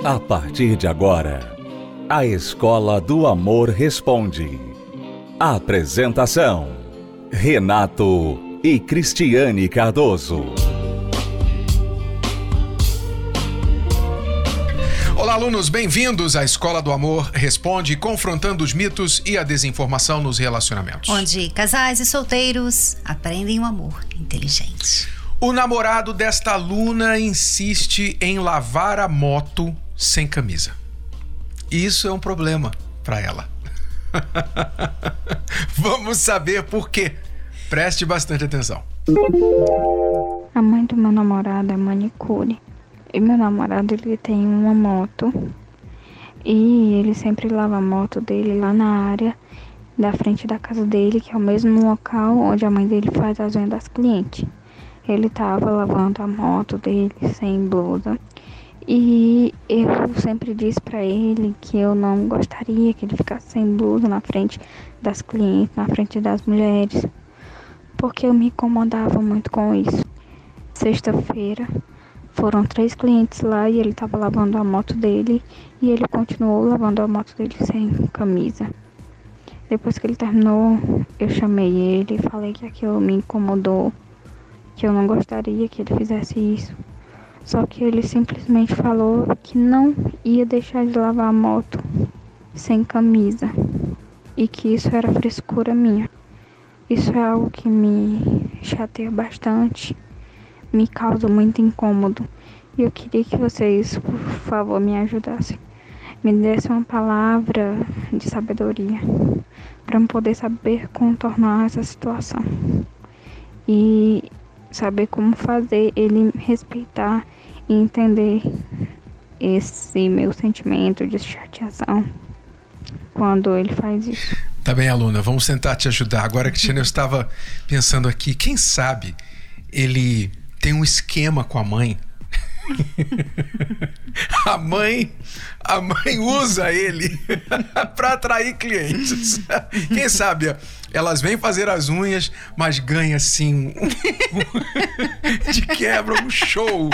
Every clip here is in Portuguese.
A partir de agora, a Escola do Amor Responde. Apresentação: Renato e Cristiane Cardoso. Olá, alunos, bem-vindos à Escola do Amor Responde, confrontando os mitos e a desinformação nos relacionamentos. Onde casais e solteiros aprendem um amor inteligente. O namorado desta aluna insiste em lavar a moto sem camisa. Isso é um problema para ela. Vamos saber por quê. Preste bastante atenção. A mãe do meu namorado é manicure. E meu namorado, ele tem uma moto. E ele sempre lava a moto dele lá na área da frente da casa dele, que é o mesmo local onde a mãe dele faz as unhas das clientes. Ele tava lavando a moto dele sem blusa. E eu sempre disse pra ele que eu não gostaria que ele ficasse sem blusa na frente das clientes, na frente das mulheres, porque eu me incomodava muito com isso. Sexta-feira foram 3 clientes lá e ele tava lavando a moto dele e ele continuou lavando a moto dele sem camisa. Depois que ele terminou, eu chamei ele e falei que aquilo me incomodou, que eu não gostaria que ele fizesse isso. Só que ele simplesmente falou que não ia deixar de lavar a moto sem camisa e que isso era frescura minha. Isso é algo que me chateia bastante, me causa muito incômodo. E eu queria que vocês, por favor, me ajudassem. Me dessem uma palavra de sabedoria para eu poder saber contornar essa situação. E saber como fazer ele respeitar e entender esse meu sentimento de chateação quando ele faz isso. Tá bem, aluna, vamos tentar te ajudar. Agora, Cristiane, eu estava pensando aqui, quem sabe ele tem um esquema com a mãe. A mãe usa ele para atrair clientes. Quem sabe elas vêm fazer as unhas, mas ganha assim de quebra um show.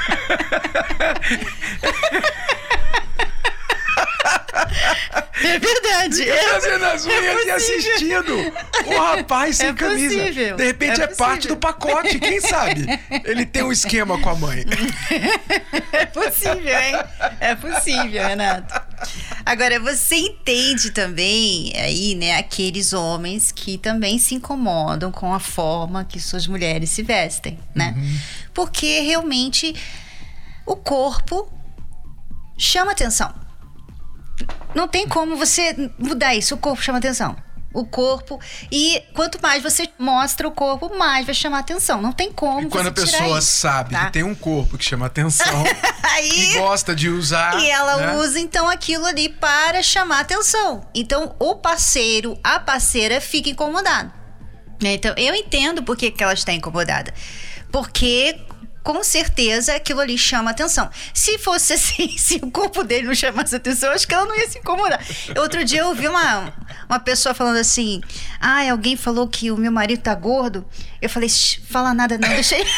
É verdade. Fazendo as unhas e assistindo o rapaz sem camisa. Possível. De repente é parte do pacote, quem sabe? Ele tem um esquema com a mãe. É possível, hein? É possível, Renato. Agora, você entende também aí, né, aqueles homens que também se incomodam com a forma que suas mulheres se vestem, né? Uhum. Porque realmente o corpo chama atenção. Não tem como você mudar isso. O corpo chama atenção. O corpo. E quanto mais você mostra o corpo, mais vai chamar atenção. Não tem como. E quando a pessoa sabe, tá, que tem um corpo que chama atenção aí, e gosta de usar. E ela, né, usa então aquilo ali para chamar atenção. Então o parceiro, a parceira fica incomodado. Então eu entendo por que ela está incomodada. Porque com certeza aquilo ali chama atenção. Se fosse assim, se o corpo dele não chamasse atenção, acho que ela não ia se incomodar. Outro dia eu ouvi uma pessoa falando assim: alguém falou que o meu marido tá gordo. Eu falei: fala nada não, deixa ele.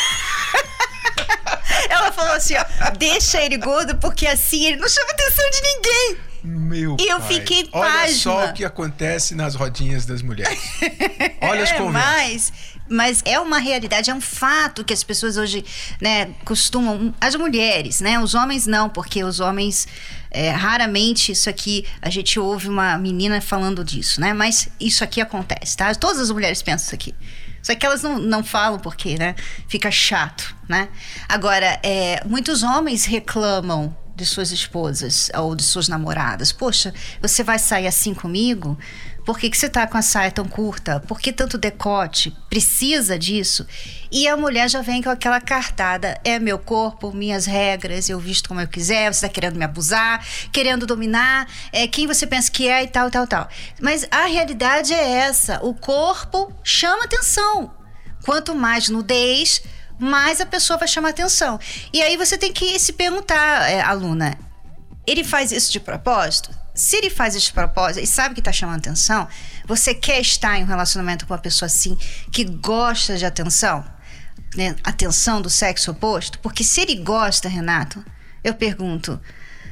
Ela falou assim, deixa ele gordo, porque assim ele não chama atenção de ninguém. E eu fiquei pasma. Olha só o que acontece nas rodinhas das mulheres. Olha as conversas. Mas é uma realidade, é um fato que as pessoas hoje, né, costumam... As mulheres, né? Os homens não, porque os homens... raramente isso aqui... A gente ouve uma menina falando disso, né? Mas isso aqui acontece, tá? Todas as mulheres pensam isso aqui. Só que elas não falam porque, né? Fica chato, né? Agora, muitos homens reclamam de suas esposas ou de suas namoradas. Poxa, você vai sair assim comigo? Por que você tá com a saia tão curta? Por que tanto decote? Precisa disso? E a mulher já vem com aquela cartada: é meu corpo, minhas regras, eu visto como eu quiser, você tá querendo me abusar, querendo dominar, quem você pensa que é e tal. Mas a realidade é essa: o corpo chama atenção. Quanto mais nudez, mais a pessoa vai chamar atenção. E aí você tem que se perguntar, aluna, ele faz isso de propósito? Se ele faz isso de propósito e sabe que tá chamando atenção, você quer estar em um relacionamento com uma pessoa assim, que gosta de atenção? Né? Atenção do sexo oposto? Porque se ele gosta, Renato, eu pergunto,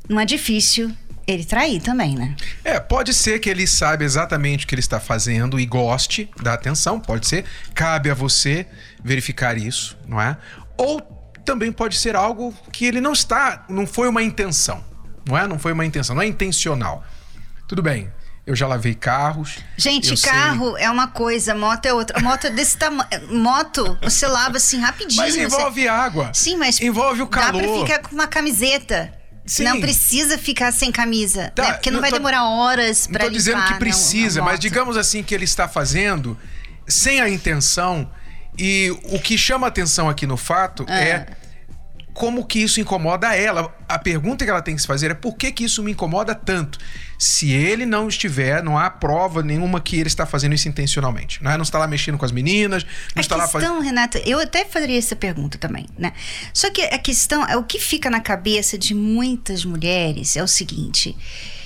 não é difícil ele trair também, né? Pode ser que ele saiba exatamente o que ele está fazendo e goste da atenção, pode ser. Cabe a você verificar isso, não é? Ou também pode ser algo que ele não foi uma intenção, não é? Não foi uma intenção, não é intencional. Tudo bem, eu já lavei carros. Gente, carro é uma coisa, moto é outra. Moto é desse tamanho. Moto, você lava assim rapidinho. Mas envolve água. Sim, mas envolve o calor. Dá pra ficar com uma camiseta. Sim. Não precisa ficar sem camisa, né? Porque não vai demorar horas pra limpar. Não tô dizendo que precisa, mas digamos assim que ele está fazendo sem a intenção. E o que chama atenção aqui no fato é como que isso incomoda ela. A pergunta que ela tem que se fazer é por que isso me incomoda tanto? Se ele não há prova nenhuma que ele está fazendo isso intencionalmente. Não está lá mexendo com as meninas, não está lá fazendo... Renata, eu até faria essa pergunta também, né? Só que a questão, o que fica na cabeça de muitas mulheres é o seguinte...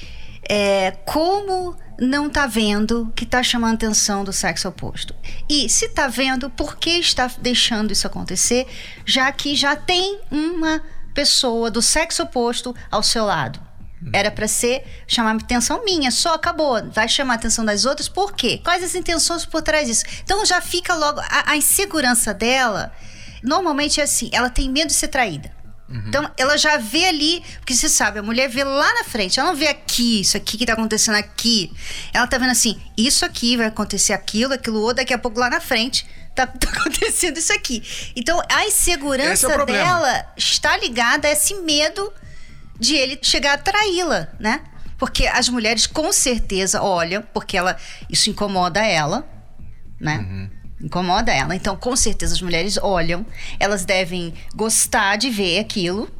como não tá vendo que tá chamando atenção do sexo oposto? E se tá vendo, por que está deixando isso acontecer, já que já tem uma pessoa do sexo oposto ao seu lado? Era pra chamar atenção minha, só acabou. Vai chamar a atenção das outras, por quê? Quais as intenções por trás disso? Então já fica logo, a insegurança dela, normalmente é assim, ela tem medo de ser traída. Então, ela já vê ali, porque você sabe, a mulher vê lá na frente, ela não vê aqui, isso aqui que tá acontecendo aqui. Ela tá vendo assim, isso aqui vai acontecer aquilo outro, daqui a pouco lá na frente tá acontecendo isso aqui. Então, a insegurança dela está ligada a esse medo de ele chegar a traí-la, né? Porque as mulheres com certeza olham, porque isso incomoda ela, né? Incomoda ela. Então, com certeza, as mulheres olham. Elas devem gostar de ver aquilo.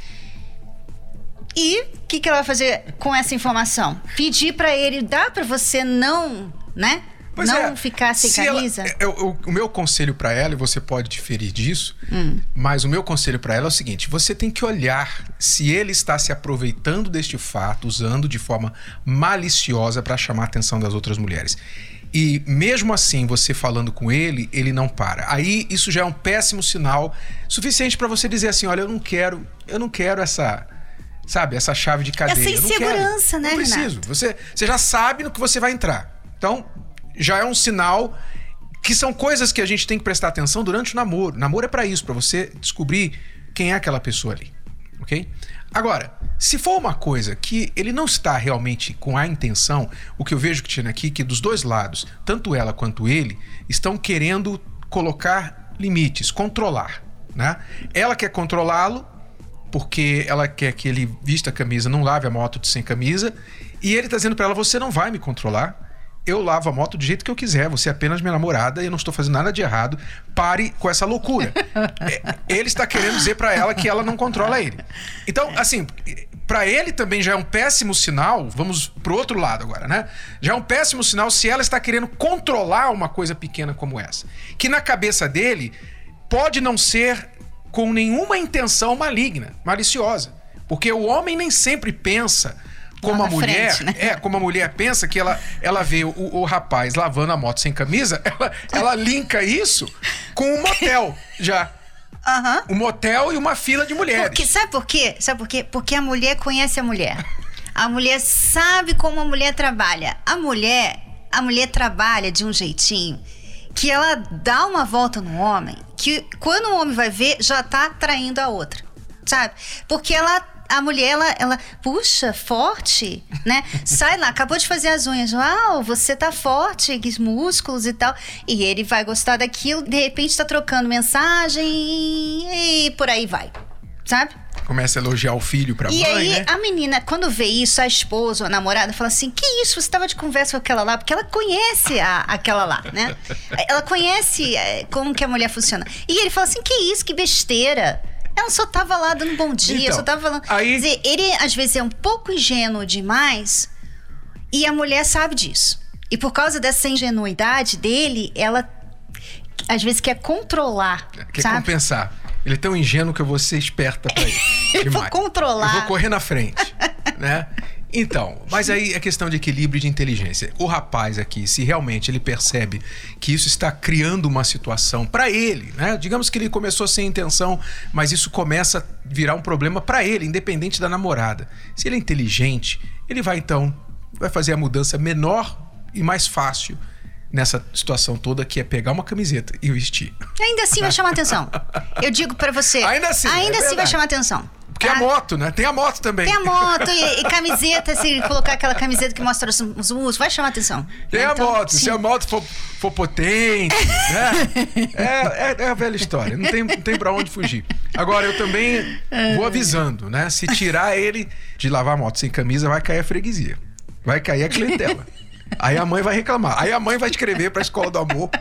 E o que ela vai fazer com essa informação? Pedir pra ele, dá pra você não, né? Pois não ficar sem camisa? O meu conselho pra ela, e você pode diferir disso, mas o meu conselho pra ela é o seguinte: você tem que olhar se ele está se aproveitando deste fato, usando de forma maliciosa pra chamar a atenção das outras mulheres. E mesmo assim, você falando com ele, ele não para. Aí isso já é um péssimo sinal, suficiente para você dizer assim: olha, eu não quero essa, sabe, essa chave de cadeia. Essa insegurança, né, Renato? Não preciso. Você já sabe no que você vai entrar. Então, já é um sinal que são coisas que a gente tem que prestar atenção durante o namoro. Namoro é para isso, para você descobrir quem é aquela pessoa ali, ok? Agora, se for uma coisa que ele não está realmente com a intenção, o que eu vejo que tinha aqui, que dos dois lados, tanto ela quanto ele, estão querendo colocar limites, controlar, né? Ela quer controlá-lo, porque ela quer que ele vista a camisa, não lave a moto sem camisa, e ele está dizendo para ela: você não vai me controlar, eu lavo a moto do jeito que eu quiser, você é apenas minha namorada e eu não estou fazendo nada de errado, pare com essa loucura. Ele está querendo dizer para ela que ela não controla ele. Então, assim, para ele também já é um péssimo sinal. Vamos pro outro lado agora, né? Já é um péssimo sinal se ela está querendo controlar uma coisa pequena como essa, que na cabeça dele pode não ser com nenhuma intenção maligna, maliciosa, porque o homem nem sempre pensa como a mulher, frente, né? Como a mulher pensa, que ela vê o rapaz lavando a moto sem camisa, ela linka isso com um motel já. Um motel e uma fila de mulheres. Sabe por quê? Porque a mulher conhece a mulher. A mulher sabe como a mulher trabalha. A mulher trabalha de um jeitinho que ela dá uma volta no homem, que quando o homem vai ver, já tá traindo a outra, sabe? Porque a mulher, ela, puxa, forte, né? Sai lá, acabou de fazer as unhas. Uau, você tá forte, músculos e tal. E ele vai gostar daquilo, de repente tá trocando mensagem e por aí vai, sabe? Começa a elogiar o filho pra mãe, né? E aí, né? a menina, quando vê isso, a esposa ou a namorada fala assim: que isso, você tava de conversa com aquela lá? Porque ela conhece aquela lá, né? Ela conhece como que a mulher funciona. E ele fala assim: que isso, que besteira. Ela só tava lá dando um bom dia, então, só tava falando. Aí... Quer dizer, ele às vezes é um pouco ingênuo demais e a mulher sabe disso. E por causa dessa ingenuidade dele, ela às vezes quer controlar, quer sabe? Compensar. Ele é tão ingênuo que eu vou ser esperta pra ele. Eu vou controlar. Eu vou correr na frente, né? Então, mas aí é questão de equilíbrio e de inteligência. O rapaz aqui, se realmente ele percebe que isso está criando uma situação para ele, né? Digamos que ele começou sem intenção, mas isso começa a virar um problema para ele, independente da namorada. Se ele é inteligente, ele vai fazer a mudança menor e mais fácil nessa situação toda, que é pegar uma camiseta e vestir. Ainda assim vai chamar atenção. Eu digo pra você. Ainda assim vai chamar atenção. Porque a moto, né? Tem a moto também. Tem a moto e camiseta, se colocar aquela camiseta que mostra os músculos, vai chamar atenção. Tem a moto, sim. Se a moto for potente, né? É a velha história, não tem pra onde fugir. Agora, eu também vou avisando, né? Se tirar ele de lavar a moto sem camisa, vai cair a freguesia. Vai cair a clientela. Aí a mãe vai reclamar. Aí a mãe vai escrever pra Escola do Amor.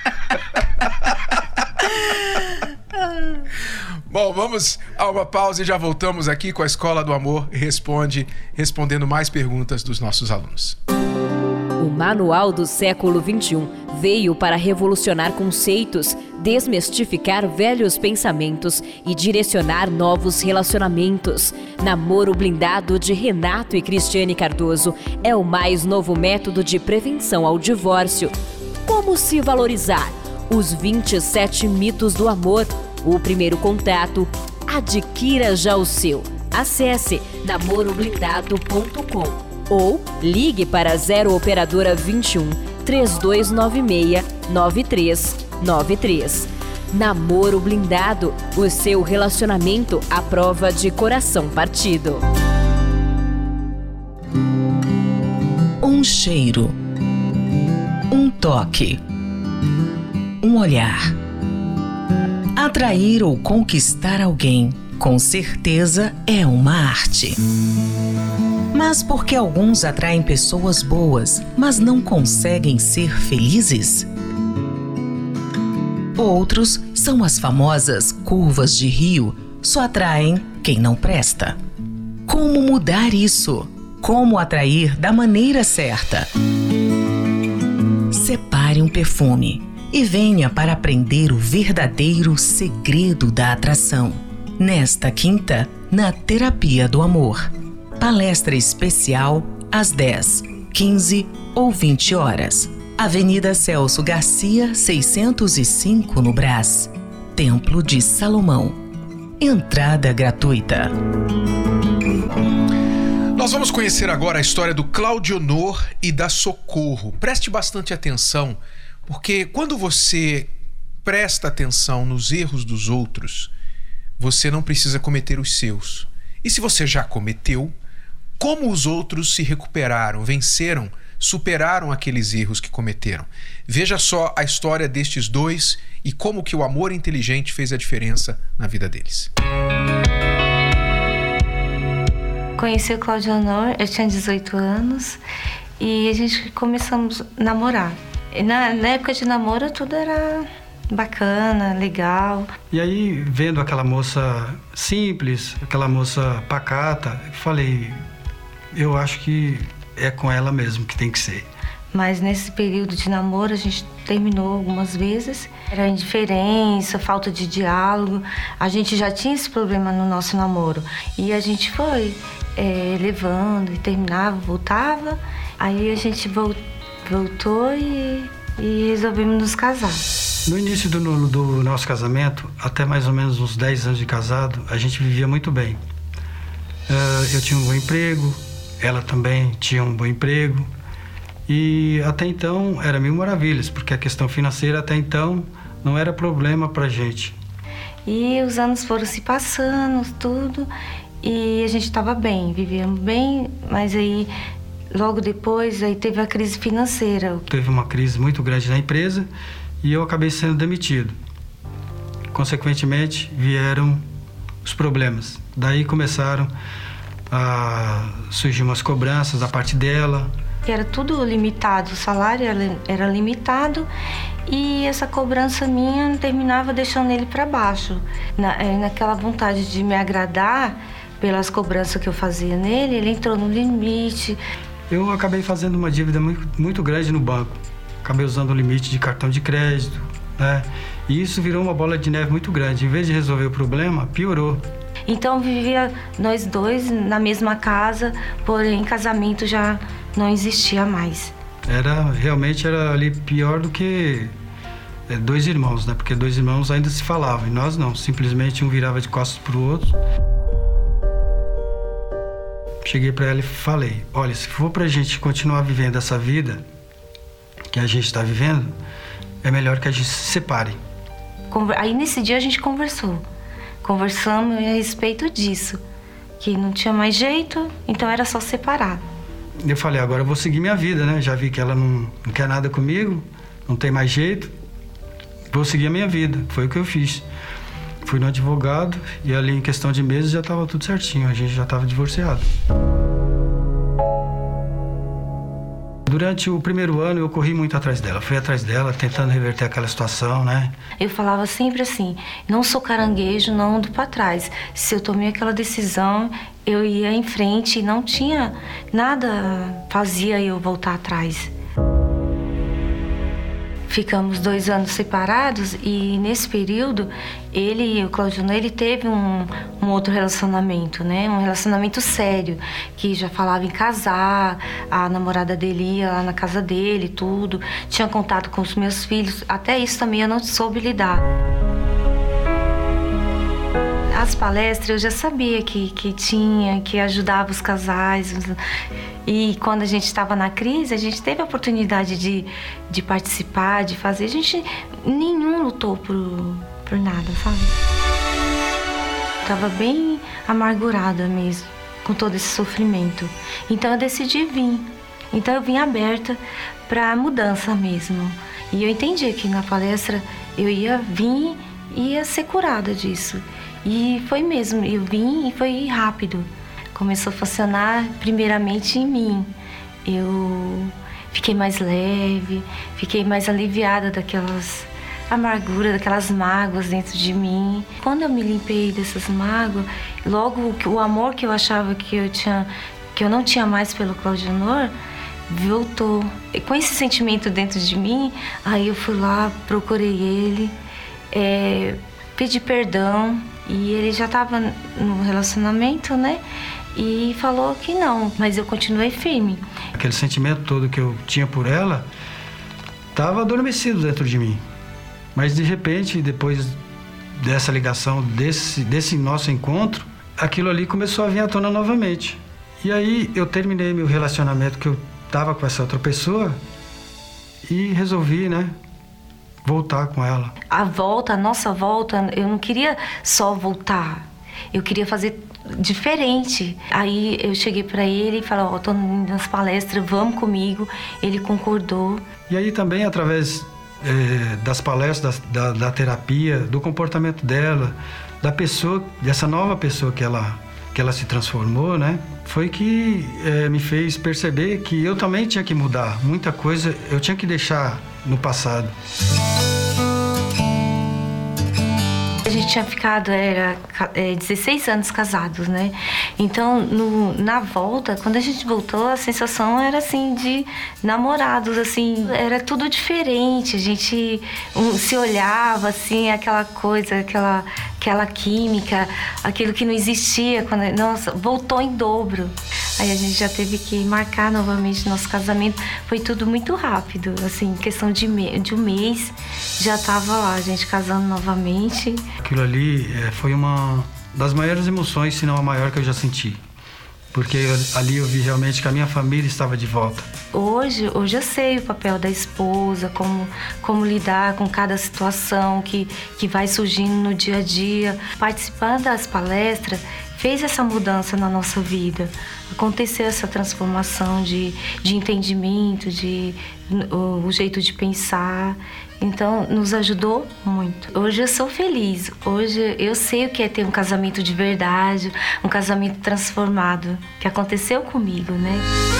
Bom, vamos a uma pausa e já voltamos aqui com a Escola do Amor respondendo mais perguntas dos nossos alunos. O Manual do Século XXI veio para revolucionar conceitos, desmistificar velhos pensamentos e direcionar novos relacionamentos. Namoro Blindado, de Renato e Cristiane Cardoso, é o mais novo método de prevenção ao divórcio. Como se valorizar? Os 27 mitos do amor. O primeiro contato. Adquira já o seu. Acesse namoroblindado.com ou ligue para 0 operadora 21 3296 9393. Namoro Blindado, o seu relacionamento à prova de coração partido. Um cheiro, um toque, um olhar. Atrair ou conquistar alguém, com certeza, é uma arte. Mas por que alguns atraem pessoas boas, mas não conseguem ser felizes? Outros são as famosas curvas de rio, só atraem quem não presta. Como mudar isso? Como atrair da maneira certa? Separe um perfume e venha para aprender o verdadeiro segredo da atração. Nesta quinta, na Terapia do Amor. Palestra especial às 10, 15 ou 20 horas. Avenida Celso Garcia, 605 no Brás. Templo de Salomão. Entrada gratuita. Nós vamos conhecer agora a história do Claudionor e da Socorro. Preste bastante atenção, porque quando você presta atenção nos erros dos outros, você não precisa cometer os seus. E se você já cometeu, como os outros se recuperaram, venceram, superaram aqueles erros que cometeram? Veja só a história destes dois e como que o amor inteligente fez a diferença na vida deles. Conheci o Claudionor, eu tinha 18 anos e a gente começamos a namorar. E na época de namoro tudo era bacana, legal. E aí, vendo aquela moça simples, aquela moça pacata, falei, eu acho que é com ela mesmo que tem que ser. Mas nesse período de namoro a gente terminou algumas vezes. Era indiferença, falta de diálogo. A gente já tinha esse problema no nosso namoro. E a gente foi levando e terminava, voltava. Aí a gente voltou e resolvemos nos casar. No início do nosso casamento, até mais ou menos uns 10 anos de casado, a gente vivia muito bem. Eu tinha um bom emprego, ela também tinha um bom emprego. E até então era mil maravilhas, porque a questão financeira até então não era problema pra gente. E os anos foram se passando, tudo, e a gente estava bem, vivíamos bem, mas aí logo depois aí teve a crise financeira. Teve uma crise muito grande na empresa e eu acabei sendo demitido. Consequentemente, vieram os problemas. Daí começaram a surgir umas cobranças da parte dela. Era tudo limitado, o salário era limitado e essa cobrança minha terminava deixando ele para baixo. Naquela vontade de me agradar pelas cobranças que eu fazia nele, ele entrou no limite. Eu acabei fazendo uma dívida muito grande no banco. Acabei usando o limite de cartão de crédito, né? E isso virou uma bola de neve muito grande. Em vez de resolver o problema, piorou. Então vivia nós dois na mesma casa, porém casamento já não existia mais. Realmente era ali pior do que 2 irmãos, né? Porque 2 irmãos ainda se falavam, e nós não. Simplesmente um virava de costas pro outro. Cheguei para ela e falei, olha, se for pra gente continuar vivendo essa vida que a gente está vivendo, é melhor que a gente se separe. Aí nesse dia a gente conversamos a respeito disso, que não tinha mais jeito, então era só separar. Eu falei, agora eu vou seguir minha vida, né? Já vi que ela não quer nada comigo, não tem mais jeito, vou seguir a minha vida. Foi o que eu fiz. Fui no advogado e ali em questão de meses já estava tudo certinho, a gente já estava divorciado. Durante o primeiro ano eu corri muito atrás dela, fui atrás dela tentando reverter aquela situação, né? Eu falava sempre assim, não sou caranguejo, não ando para trás. Se eu tomei aquela decisão, eu ia em frente e não tinha nada fazia eu voltar atrás. Ficamos 2 anos separados e nesse período o Claudio, ele teve um outro relacionamento, né? Um relacionamento sério, que já falava em casar, a namorada dele ia lá na casa dele, tudo. Tinha contato com os meus filhos, até isso também eu não soube lidar. As palestras eu já sabia que tinha, que ajudava os casais. E quando a gente estava na crise, a gente teve a oportunidade de participar, de fazer. Nenhum lutou por nada, sabe? Estava bem amargurada mesmo, com todo esse sofrimento. Então eu decidi vir. Então eu vim aberta para mudança mesmo. E eu entendi que na palestra eu ia vir e ia ser curada disso. E foi mesmo, eu vim e foi rápido. Começou a funcionar primeiramente em mim. Eu fiquei mais leve, fiquei mais aliviada daquelas amarguras, daquelas mágoas dentro de mim. Quando eu me limpei dessas mágoas, logo o amor que eu achava que eu não tinha mais pelo Claudionor, voltou. E com esse sentimento dentro de mim, aí eu fui lá, procurei ele, pedi perdão. E ele já estava no relacionamento, né? E falou que não, mas eu continuei firme. Aquele sentimento todo que eu tinha por ela estava adormecido dentro de mim. Mas de repente, depois dessa ligação, desse nosso encontro, aquilo ali começou a vir à tona novamente. E aí eu terminei meu relacionamento que eu estava com essa outra pessoa e resolvi, né? Voltar com ela. A nossa volta, eu não queria só voltar. Eu queria fazer diferente. Aí eu cheguei para ele e falei, tô indo nas palestras, vamos comigo. Ele concordou. E aí também, através das palestras, da terapia, do comportamento dela, da pessoa, dessa nova pessoa que ela se transformou, né? Foi que me fez perceber que eu também tinha que mudar. Muita coisa eu tinha que deixar no passado. A gente tinha ficado 16 anos casados, né? Então, na volta, quando a gente voltou, a sensação era assim de namorados, assim, era tudo diferente. A gente se olhava assim, aquela coisa, aquela química, aquilo que não existia, nossa, voltou em dobro. Aí a gente já teve que marcar novamente nosso casamento. Foi tudo muito rápido, assim, questão de um mês já estava lá, a gente casando novamente. Aquilo ali foi uma das maiores emoções, se não a maior que eu já senti. Porque ali eu vi realmente que a minha família estava de volta. Hoje eu sei o papel da esposa, como lidar com cada situação que vai surgindo no dia a dia. Participando das palestras fez essa mudança na nossa vida. Aconteceu essa transformação de entendimento, o jeito de pensar. Então, nos ajudou muito. Hoje eu sou feliz. Hoje eu sei o que é ter um casamento de verdade, um casamento transformado, que aconteceu comigo, né?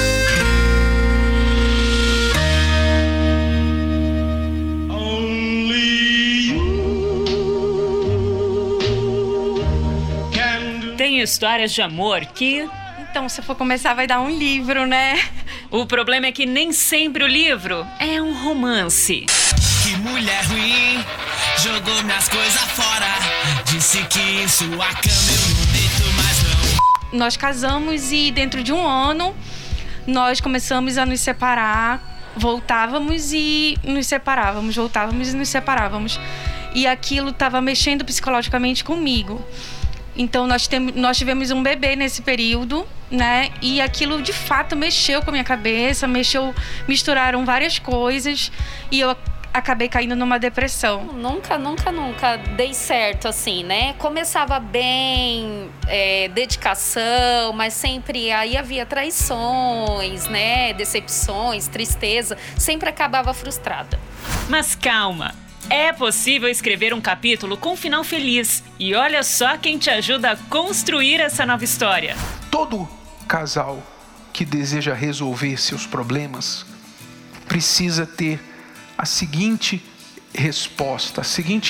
Tem histórias de amor que... Então, se for começar, vai dar um livro, né? O problema é que nem sempre o livro é um romance. Que mulher ruim, jogou minhas coisas fora. Disse que em sua cama eu não deito mais não. Nós casamos e dentro de um ano nós começamos a nos separar. Voltávamos e nos separávamos, voltávamos e nos separávamos. E aquilo estava mexendo psicologicamente comigo. Então nós tivemos um bebê nesse período, né? E aquilo de fato mexeu com a minha cabeça, misturaram várias coisas e eu acabei caindo numa depressão. Nunca dei certo, assim, né? Começava bem, dedicação, mas sempre aí havia traições, né? Decepções, tristeza, sempre acabava frustrada. Mas calma, é possível escrever um capítulo com final feliz. E olha só quem te ajuda a construir essa nova história. Todo casal que deseja resolver seus problemas precisa ter a seguinte resposta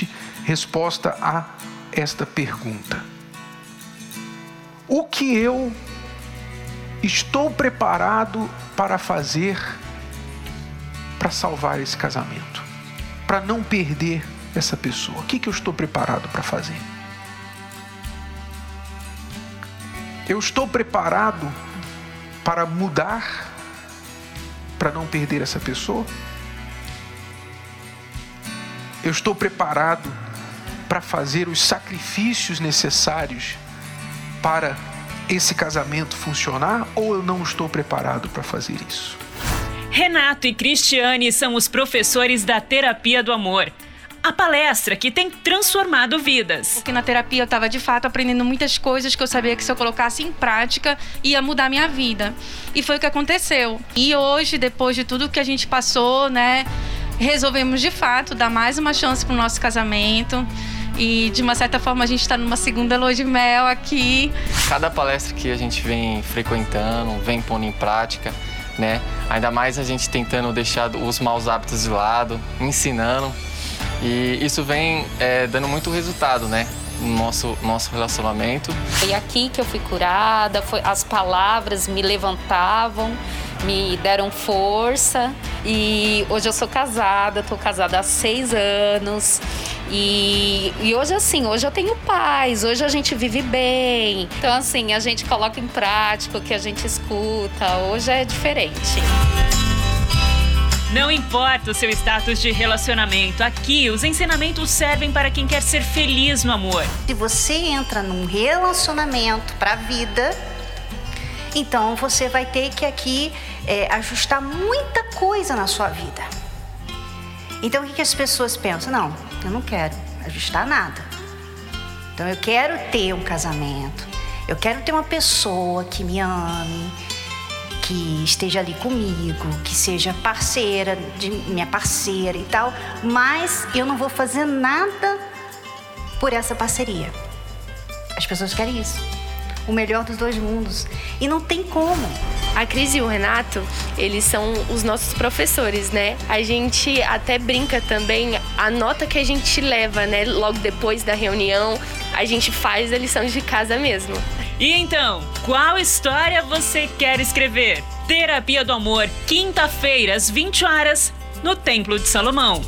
a esta pergunta: o que eu estou preparado para fazer para salvar esse casamento, para não perder essa pessoa? O que eu estou preparado para fazer? Eu estou preparado para mudar, para não perder essa pessoa? Eu estou preparado para fazer os sacrifícios necessários para esse casamento funcionar, ou eu não estou preparado para fazer isso? Renato e Cristiane são os professores da Terapia do Amor, a palestra que tem transformado vidas. Porque na terapia eu estava de fato aprendendo muitas coisas que eu sabia que se eu colocasse em prática ia mudar minha vida. E foi o que aconteceu. E hoje, depois de tudo que a gente passou, né, resolvemos de fato dar mais uma chance para o nosso casamento. E de uma certa forma a gente está numa segunda lua de mel aqui. Cada palestra que a gente vem frequentando, vem pondo em prática, né? Ainda mais a gente tentando deixar os maus hábitos de lado, ensinando. E isso vem dando muito resultado, né? No nosso relacionamento. Foi aqui que eu fui curada, as palavras me levantavam, me deram força. E hoje eu sou casada, estou casada há 6 anos. E hoje, assim, hoje eu tenho paz, hoje a gente vive bem. Então, assim, a gente coloca em prática o que a gente escuta, hoje é diferente. Não importa o seu status de relacionamento, aqui os ensinamentos servem para quem quer ser feliz no amor. Se você entra num relacionamento para a vida, então você vai ter que aqui ajustar muita coisa na sua vida. Então o que as pessoas pensam? Não, eu não quero ajustar nada. Então eu quero ter um casamento, eu quero ter uma pessoa que me ame, que esteja ali comigo, que seja parceira, minha parceira e tal, mas eu não vou fazer nada por essa parceria. As pessoas querem isso, o melhor dos dois mundos, e não tem como. A Cris e o Renato, eles são os nossos professores, né? A gente até brinca também, a nota que a gente leva, né? Logo depois da reunião, a gente faz a lição de casa mesmo. E então, qual história você quer escrever? Terapia do Amor, quinta-feira, às 20 horas, no Templo de Salomão.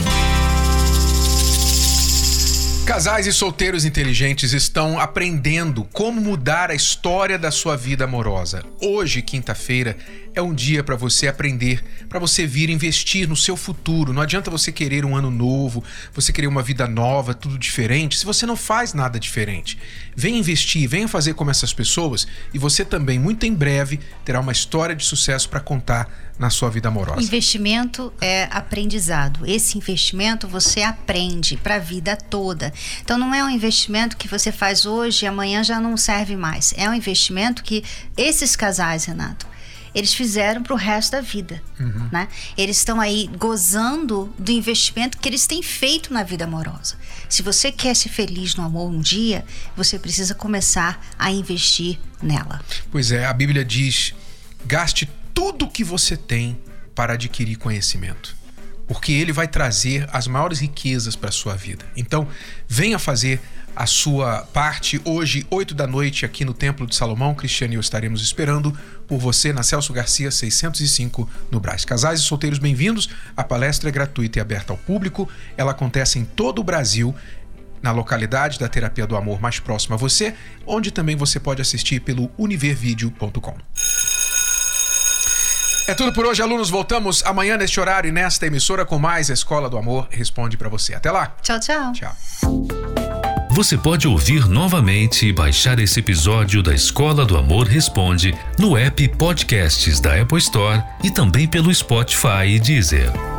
Casais e solteiros inteligentes estão aprendendo como mudar a história da sua vida amorosa. Hoje, quinta-feira, é um dia para você aprender, para você vir investir no seu futuro. Não adianta você querer um ano novo, você querer uma vida nova, tudo diferente, se você não faz nada diferente. Venha investir, venha fazer como essas pessoas e você também, muito em breve, terá uma história de sucesso para contar na sua vida amorosa. O investimento é aprendizado. Esse investimento você aprende para a vida toda. Então não é um investimento que você faz hoje e amanhã já não serve mais. É um investimento que esses casais, Renato, eles fizeram para o resto da vida, né? Eles estão aí gozando do investimento que eles têm feito na vida amorosa. Se você quer ser feliz no amor um dia, você precisa começar a investir nela. Pois é, a Bíblia diz: gaste tudo que você tem para adquirir conhecimento. porque ele vai trazer as maiores riquezas para a sua vida. Então, venha fazer a sua parte hoje, 8 da noite, aqui no Templo de Salomão. Cristiane e eu estaremos esperando por você na Celso Garcia 605, no Brás. Casais e solteiros, bem-vindos. A palestra é gratuita e aberta ao público. Ela acontece em todo o Brasil, na localidade da Terapia do Amor mais próxima a você, onde também você pode assistir pelo univervideo.com. É tudo por hoje, alunos. Voltamos amanhã neste horário e nesta emissora com mais a Escola do Amor Responde para você. Até lá. Tchau, tchau. Tchau. Você pode ouvir novamente e baixar esse episódio da Escola do Amor Responde no app Podcasts da Apple Store e também pelo Spotify e Deezer.